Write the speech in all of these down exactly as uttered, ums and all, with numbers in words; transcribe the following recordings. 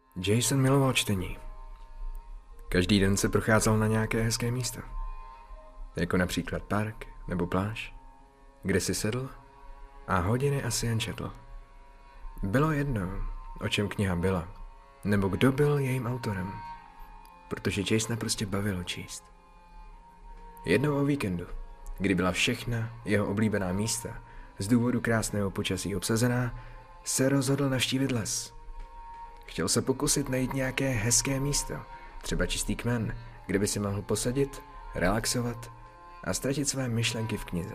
Jason miloval čtení. Každý den se procházel na nějaké hezké místo. Jako například park nebo pláž, kde si sedl a hodiny asi jen četl. Bylo jedno, o čem kniha byla, nebo kdo byl jejím autorem, protože Jasona prostě bavilo číst. Jednou o víkendu, kdy byla všechna jeho oblíbená místa z důvodu krásného počasí obsazená, se rozhodl navštívit les. Chtěl se pokusit najít nějaké hezké místo, třeba čistý kmen, kde by si mohl posadit, relaxovat a ztratit své myšlenky v knize.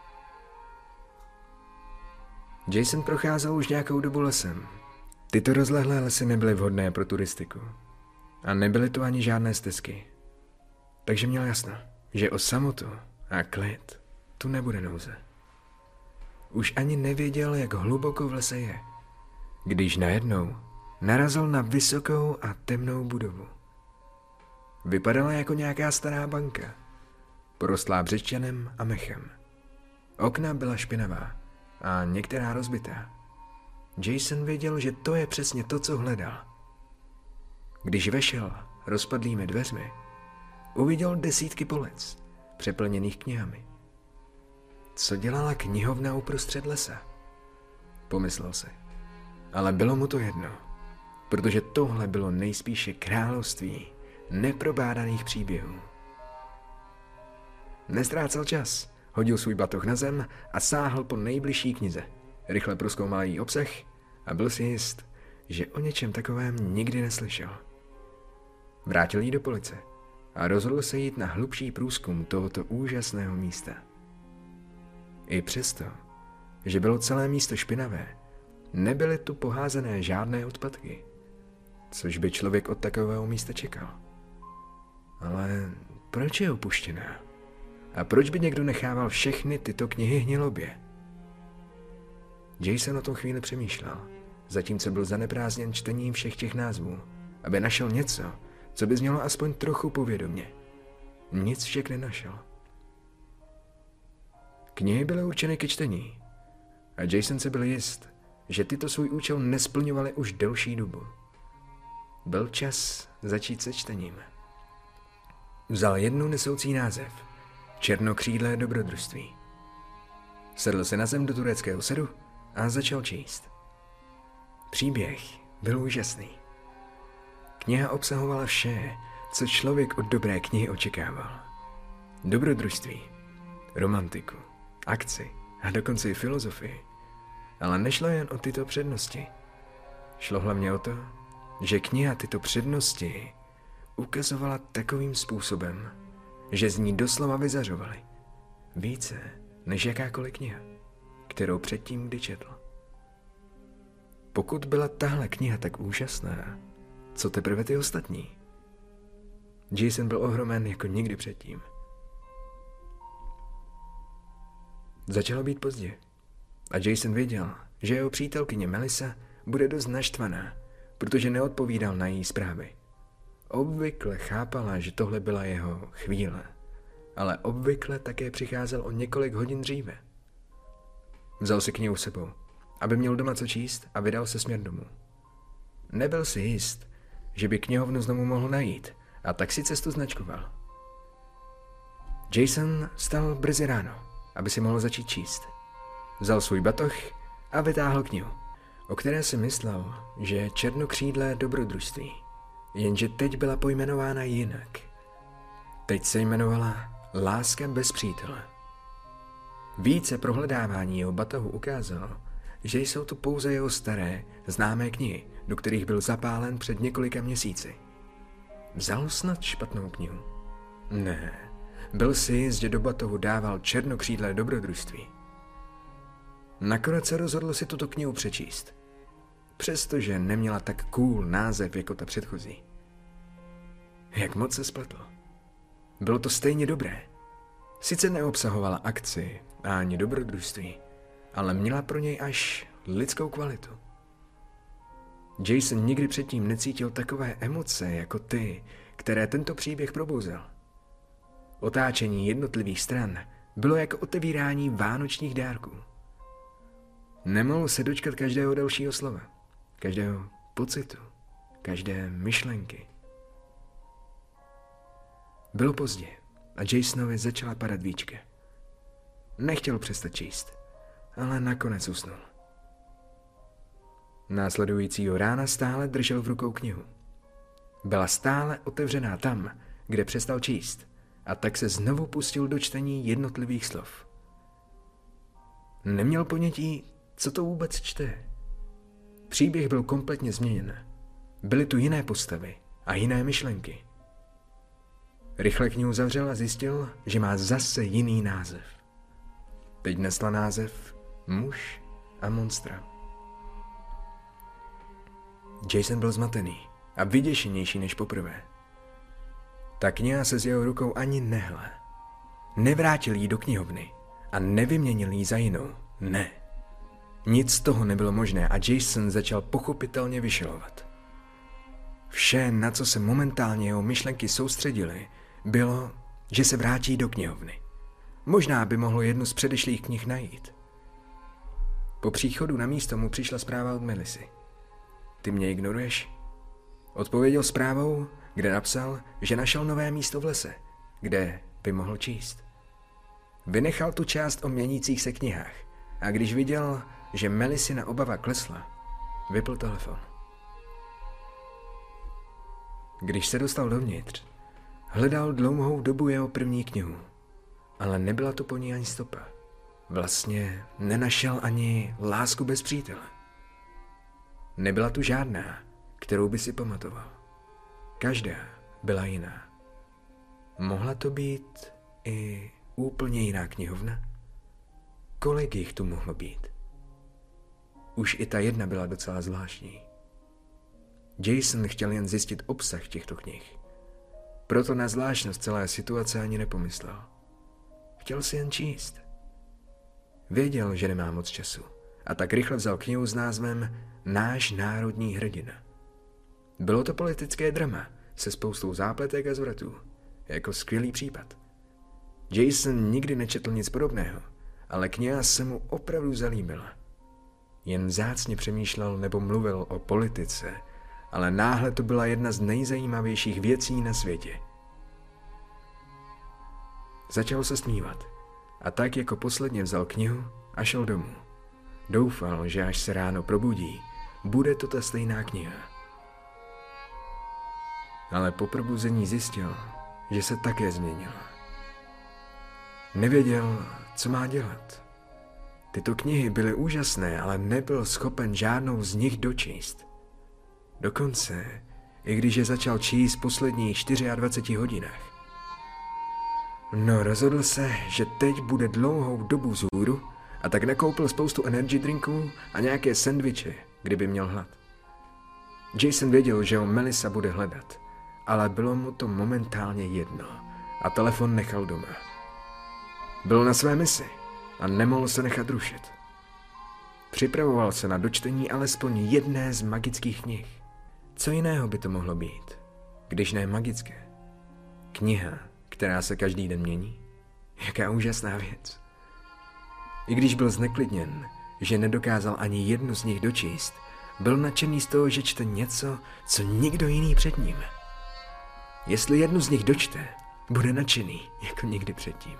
Jason procházel už nějakou dobu lesem. Tyto rozlehlé lesy nebyly vhodné pro turistiku. A nebyly tu ani žádné stezky. Takže měl jasno, že o samotu a klid tu nebude nouze. Už ani nevěděl, jak hluboko v lese je, když najednou narazil na vysokou a temnou budovu. Vypadala jako nějaká stará banka, porostlá břečťanem a mechem. Okna byla špinavá a některá rozbitá. Jason věděl, že to je přesně to, co hledal. Když vešel rozpadlými dveřmi, uviděl desítky polic, přeplněných knihami. Co dělala knihovna uprostřed lesa? Pomyslel si. Ale bylo mu to jedno, protože tohle bylo nejspíše království neprobádaných příběhů. Nestrácel čas, hodil svůj batoh na zem a sáhl po nejbližší knize. Rychle prozkoumal její obsah a byl si jist, že o něčem takovém nikdy neslyšel. Vrátil ji do police a rozhodl se jít na hlubší průzkum tohoto úžasného místa. I přesto, že bylo celé místo špinavé, nebyly tu poházené žádné odpadky, což by člověk od takového místa čekal. Ale proč je opuštěná? A proč by někdo nechával všechny tyto knihy hnilobě? Jason o tom chvíli přemýšlel, zatímco byl zaneprázdněn čtením všech těch názvů, aby našel něco, co by znělo aspoň trochu povědomě. Nic však nenašel. Knihy byly určeny ke čtení a Jason se byl jist, že tyto svůj účel nesplňovaly už delší dobu. Byl čas začít se čtením. Vzal jednu nesoucí název Černokřídlé dobrodružství. Sedl se na zem do tureckého sedu a začal číst. Příběh byl úžasný. Kniha obsahovala vše, co člověk od dobré knihy očekával. Dobrodružství, romantiku, akci a dokonce i filozofii. Ale nešlo jen o tyto přednosti. Šlo hlavně o to, že kniha tyto přednosti ukazovala takovým způsobem, že z ní doslova vyzařovaly. Více než jakákoliv kniha, kterou předtím kdy četl. Pokud byla tahle kniha tak úžasná, co teprve ty ostatní? Jason byl ohromen jako nikdy předtím. Začalo být pozdě a Jason věděl, že jeho přítelkyně Melissa bude dost naštvaná, protože neodpovídal na její zprávy. Obvykle chápala, že tohle byla jeho chvíle, ale obvykle také přicházel o několik hodin dříve. Vzal si knihu s sebou, aby měl doma co číst, a vydal se směr domů. Nebyl si jist, že by knihovnu znovu mohl najít, a tak si cestu značkoval. Jason vstal brzy ráno, aby si mohl začít číst. Vzal svůj batoh a vytáhl knihu, o které si myslel, že je Černokřídlé dobrodružství, jenže teď byla pojmenována jinak. Teď se jmenovala Láska bez přítele. Více prohledávání jeho batohu ukázalo, že jsou to pouze jeho staré, známé knihy, do kterých byl zapálen před několika měsíci. Vzal snad špatnou knihu? Ne, byl si jist, že do batohu dával Černokřídlé dobrodružství. Nakonec se rozhodl si tuto knihu přečíst, přestože neměla tak cool název jako ta předchozí. Jak moc se spletl. Bylo to stejně dobré. Sice neobsahovala akci a ani dobrodružství, ale měla pro něj až lidskou kvalitu. Jason nikdy předtím necítil takové emoce jako ty, které tento příběh probouzel. Otáčení jednotlivých stran bylo jako otevírání vánočních dárků. Nemohl se dočkat každého dalšího slova, každého pocitu, každé myšlenky. Bylo pozdě a Jasonovi začala padat víčka. Nechtěl přestat číst, ale nakonec usnul. Následujícího rána stále držel v rukou knihu. Byla stále otevřená tam, kde přestal číst, a tak se znovu pustil do čtení jednotlivých slov. Neměl ponětí, co to vůbec čte. Příběh byl kompletně změněn. Byly tu jiné postavy a jiné myšlenky. Rychle knihu zavřel a zjistil, že má zase jiný název. Teď nesla název Muž a monstra. Jason byl zmatený a vyděšenější než poprvé. Ta kniha se z jeho rukou ani nehle. Nevrátil jí do knihovny a nevyměnil jí za jinou. Ne. Nic z toho nebylo možné a Jason začal pochopitelně vyšilovat. Vše, na co se momentálně jeho myšlenky soustředily, bylo, že se vrátí do knihovny. Možná by mohlo jednu z předešlých knih najít. Po příchodu na místo mu přišla zpráva od Melissy. Ty mě ignoruješ? Odpověděl zprávou, kde napsal, že našel nové místo v lese, kde by mohl číst. Vynechal tu část o měnících se knihách a když viděl, že Melissina obava klesla, vypl telefon. Když se dostal dovnitř, hledal dlouhou dobu jeho první knihu, ale nebyla to po ní ani stopa. Vlastně nenašel ani Lásku bez přítele. Nebyla tu žádná, kterou by si pamatoval. Každá byla jiná. Mohla to být i úplně jiná knihovna? Kolik jich tu mohlo být? Už i ta jedna byla docela zvláštní. Jason chtěl jen zjistit obsah těchto knih. Proto na zvláštnost celé situace ani nepomyslel. Chtěl si jen číst. Věděl, že nemá moc času, a tak rychle vzal knihu s názvem Náš národní hrdina. Bylo to politické drama se spoustou zápletek a zvratů, jako skvělý případ. Jason nikdy nečetl nic podobného, ale kniha se mu opravdu zalíbila. Jen vzácně přemýšlel nebo mluvil o politice, ale náhle to byla jedna z nejzajímavějších věcí na světě. Začal se smívat a tak jako posledně vzal knihu a šel domů. Doufal, že až se ráno probudí, bude to ta stejná kniha. Ale po probuzení zjistil, že se také změnila. Nevěděl, co má dělat. Tyto knihy byly úžasné, ale nebyl schopen žádnou z nich dočíst. Dokonce, i když je začal číst v posledních dvaceti čtyřech hodinách. No, rozhodl se, že teď bude dlouhou dobu vzhůru a tak nakoupil spoustu energy drinků a nějaké sendviče, kdyby měl hlad. Jason věděl, že ho Melissa bude hledat, ale bylo mu to momentálně jedno a telefon nechal doma. Byl na své misi a nemohl se nechat rušit. Připravoval se na dočtení alespoň jedné z magických knih. Co jiného by to mohlo být, když ne magické? Kniha, která se každý den mění? Jaká úžasná věc. I když byl zneklidněn, že nedokázal ani jednu z nich dočíst, byl nadšený z toho, že čte něco, co nikdo jiný před ním. Jestli jednu z nich dočte, bude nadšený, jako nikdy předtím.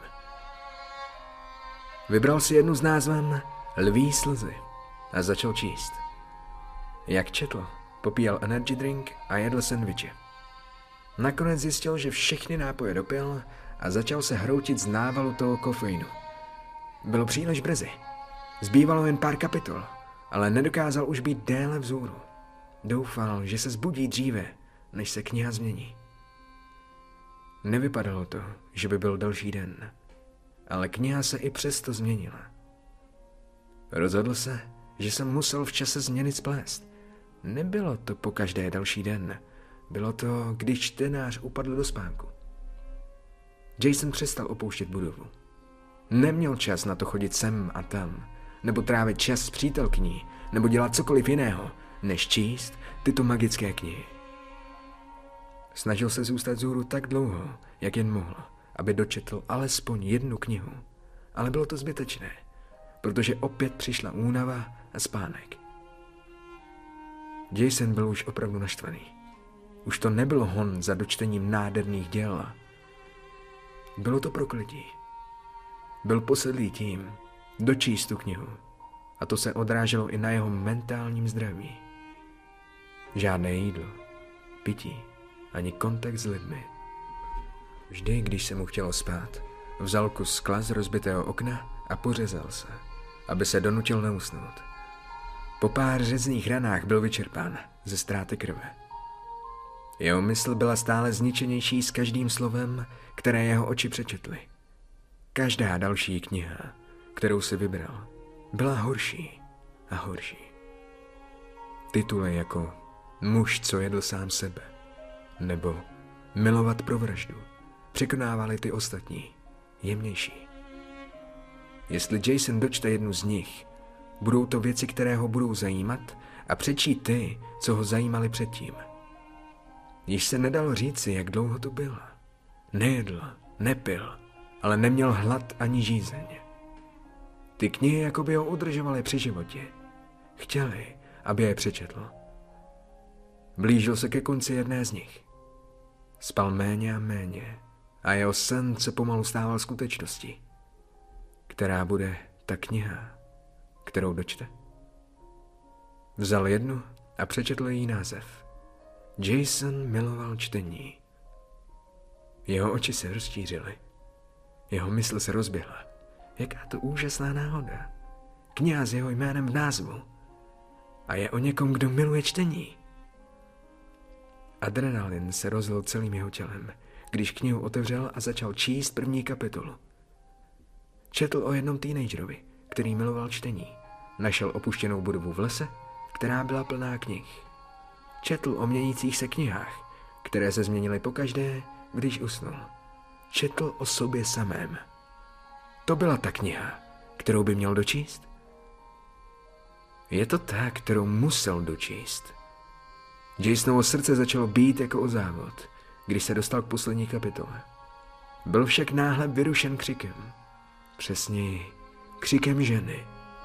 Vybral si jednu s názvem Lví slzy a začal číst. Jak četl, popíjel energy drink a jedl sendviče. Nakonec zjistil, že všechny nápoje dopil a začal se hroutit z návalu toho kofeinu. Bylo příliš brzy. Zbývalo jen pár kapitol, ale nedokázal už být déle vzhůru. Doufal, že se zbudí dříve, než se kniha změní. Nevypadalo to, že by byl další den, ale kniha se i přesto změnila. Rozhodl se, že se musel v čase změnit splést. Nebylo to po každé další den. Bylo to, když čtenář upadl do spánku. Jason přestal opouštět budovu. Neměl čas na to chodit sem a tam, nebo trávit čas s přítelkyní, nebo dělat cokoliv jiného, než číst tyto magické knihy. Snažil se zůstat vzhůru tak dlouho, jak jen mohl, aby dočetl alespoň jednu knihu, ale bylo to zbytečné, protože opět přišla únava a spánek. Jason byl už opravdu naštvaný. Už to nebyl hon za dočtením nádherných děl. Bylo to prokletí. Byl posedlý tím dočíst tu knihu. A to se odráželo i na jeho mentálním zdraví. Žádné jídlo, pití, ani kontakt s lidmi. Vždy, když se mu chtělo spát, vzal kus skla z rozbitého okna a pořezal se, aby se donutil neusnout. Po pár řezných ranách byl vyčerpán ze ztráty krve. Jeho mysl byla stále zničenější s každým slovem, které jeho oči přečetly. Každá další kniha, kterou si vybral, byla horší a horší. Tituly jako Muž, co jedl sám sebe, nebo Milovat pro vraždu překonávaly ty ostatní, jemnější. Jestli Jason dočte jednu z nich, budou to věci, které ho budou zajímat a přečí ty, co ho zajímali předtím. Již se nedalo říci, jak dlouho to bylo. Nejedl, nepil, ale neměl hlad ani žízeň. Ty knihy jakoby ho udržovaly při životě. Chtěli, aby je přečetl. Blížil se ke konci jedné z nich. Spal méně a méně a jeho sen se pomalu stával skutečností. Která bude ta kniha, kterou dočte? Vzal jednu a přečetl její název. Jason miloval čtení. Jeho oči se rozšířily. Jeho mysl se rozběhla. Jaká to úžasná náhoda. Kniha s jeho jménem v názvu. A je o někom, kdo miluje čtení. Adrenalin se rozlil celým jeho tělem, když knihu otevřel a začal číst první kapitolu. Četl o jednom teenagerovi, který miloval čtení. Našel opuštěnou budovu v lese, která byla plná knih. Četl o měnících se knihách, které se změnily pokaždé, když usnul. Četl o sobě samém. To byla ta kniha, kterou by měl dočíst? Je to ta, kterou musel dočíst. Jasonovo srdce začalo být jako o závod, když se dostal k poslední kapitole. Byl však náhle vyrušen křikem. Přesněji, křikem ženy.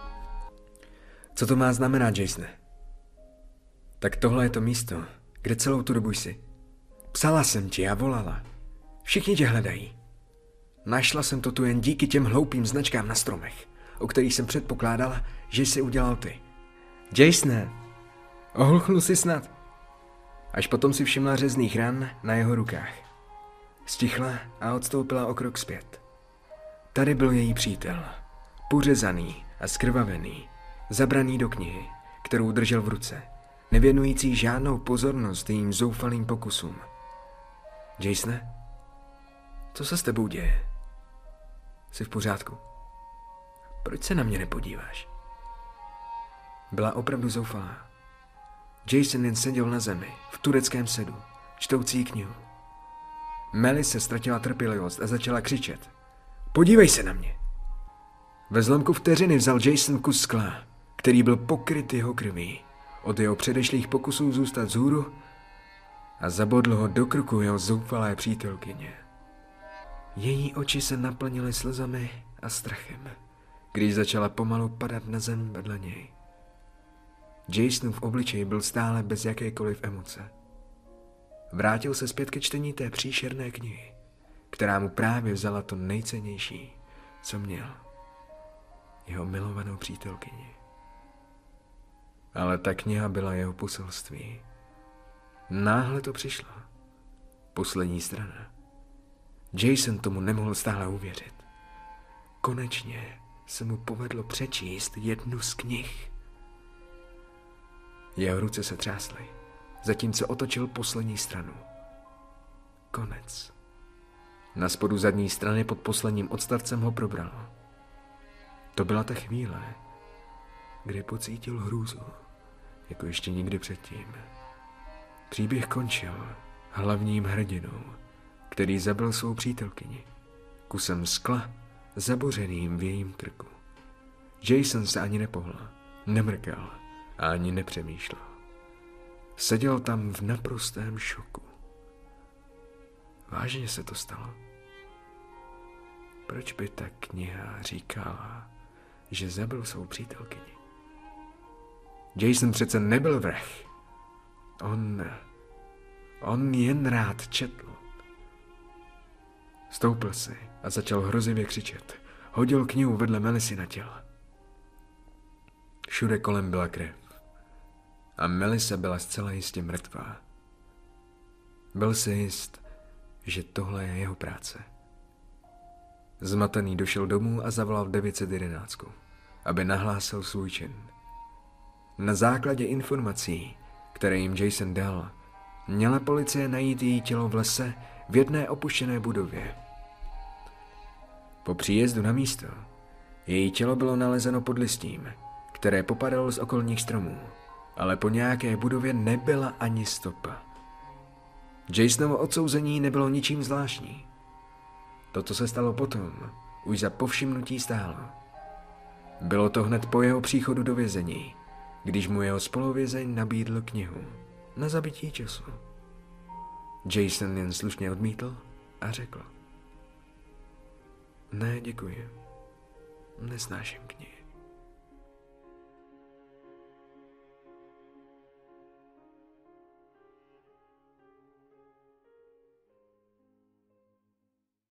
Co to má znamenat, Jasone? Tak tohle je to místo, kde celou tu dobu jsi. Psala jsem ti a volala. Všichni tě hledají. Našla jsem to tu jen díky těm hloupým značkám na stromech, o kterých jsem předpokládala, že jsi udělal ty. Jasone, ohluchnul si snad. Až potom si všimla řezných ran na jeho rukách. Stichla a odstoupila o krok zpět. Tady byl její přítel. Pořezaný a skrvavený, zabraný do knihy, kterou držel v ruce, nevěnující žádnou pozornost jejím zoufalým pokusům. Jasone, co se s tebou děje? Jsi v pořádku? Proč se na mě nepodíváš? Byla opravdu zoufalá. Jason jen seděl na zemi, v tureckém sedu, čtoucí knihu. Melly se ztratila trpělivost a začala křičet. Podívej se na mě! Ve zlomku vteřiny vzal Jason kus skla, který byl pokryt jeho krví, od jeho předešlých pokusů zůstat vzhůru, a zabodl ho do krku jeho zoufalé přítelkyně. Její oči se naplnily slzami a strachem, když začala pomalu padat na zem vedle něj. Jasonův obličej byl stále bez jakékoliv emoce. Vrátil se zpět ke čtení té příšerné knihy, která mu právě vzala to nejcennější, co měl. Jeho milovanou přítelkyni. Ale ta kniha byla jeho poselství. Náhle to přišlo. Poslední strana. Jason tomu nemohl stále uvěřit. Konečně se mu povedlo přečíst jednu z knih. Jeho ruce se třásly, zatímco otočil poslední stranu. Konec. Na spodu zadní strany pod posledním odstavcem ho probralo. To byla ta chvíle, kdy pocítil hrůzu, jako ještě nikdy předtím. Příběh končil hlavním hrdinou, který zabil svou přítelkyni, kusem skla zabořeným v jejím krku. Jason se ani nepohl, nemrkal a ani nepřemýšlel. Seděl tam v naprostém šoku. Vážně se to stalo? Proč by ta kniha říkala, že zabil svou přítelkyni? Jason přece nebyl vrah. On... On jen rád četl. Stoupl si a začal hrozivě křičet. Hodil knihu vedle Melissy na tělo. Všude kolem byla krev. A Melissa byla zcela jistě mrtvá. Byl si jist, že tohle je jeho práce. Zmatený došel domů a zavolal devět set jedenáct, aby nahlásil svůj čin. Na základě informací, které jim Jason dal, měla policie najít její tělo v lese v jedné opuštěné budově. Po příjezdu na místo její tělo bylo nalezeno pod listím, které popadalo z okolních stromů, ale po nějaké budově nebyla ani stopa. Jasonovo odsouzení nebylo ničím zvláštní. To, co se stalo potom, už za povšimnutí stálo. Bylo to hned po jeho příchodu do vězení, když mu jeho spoluvězeň nabídl knihu na zabití času. Jason jen slušně odmítl a řekl: Ne, děkuji. Nesnáším knihy.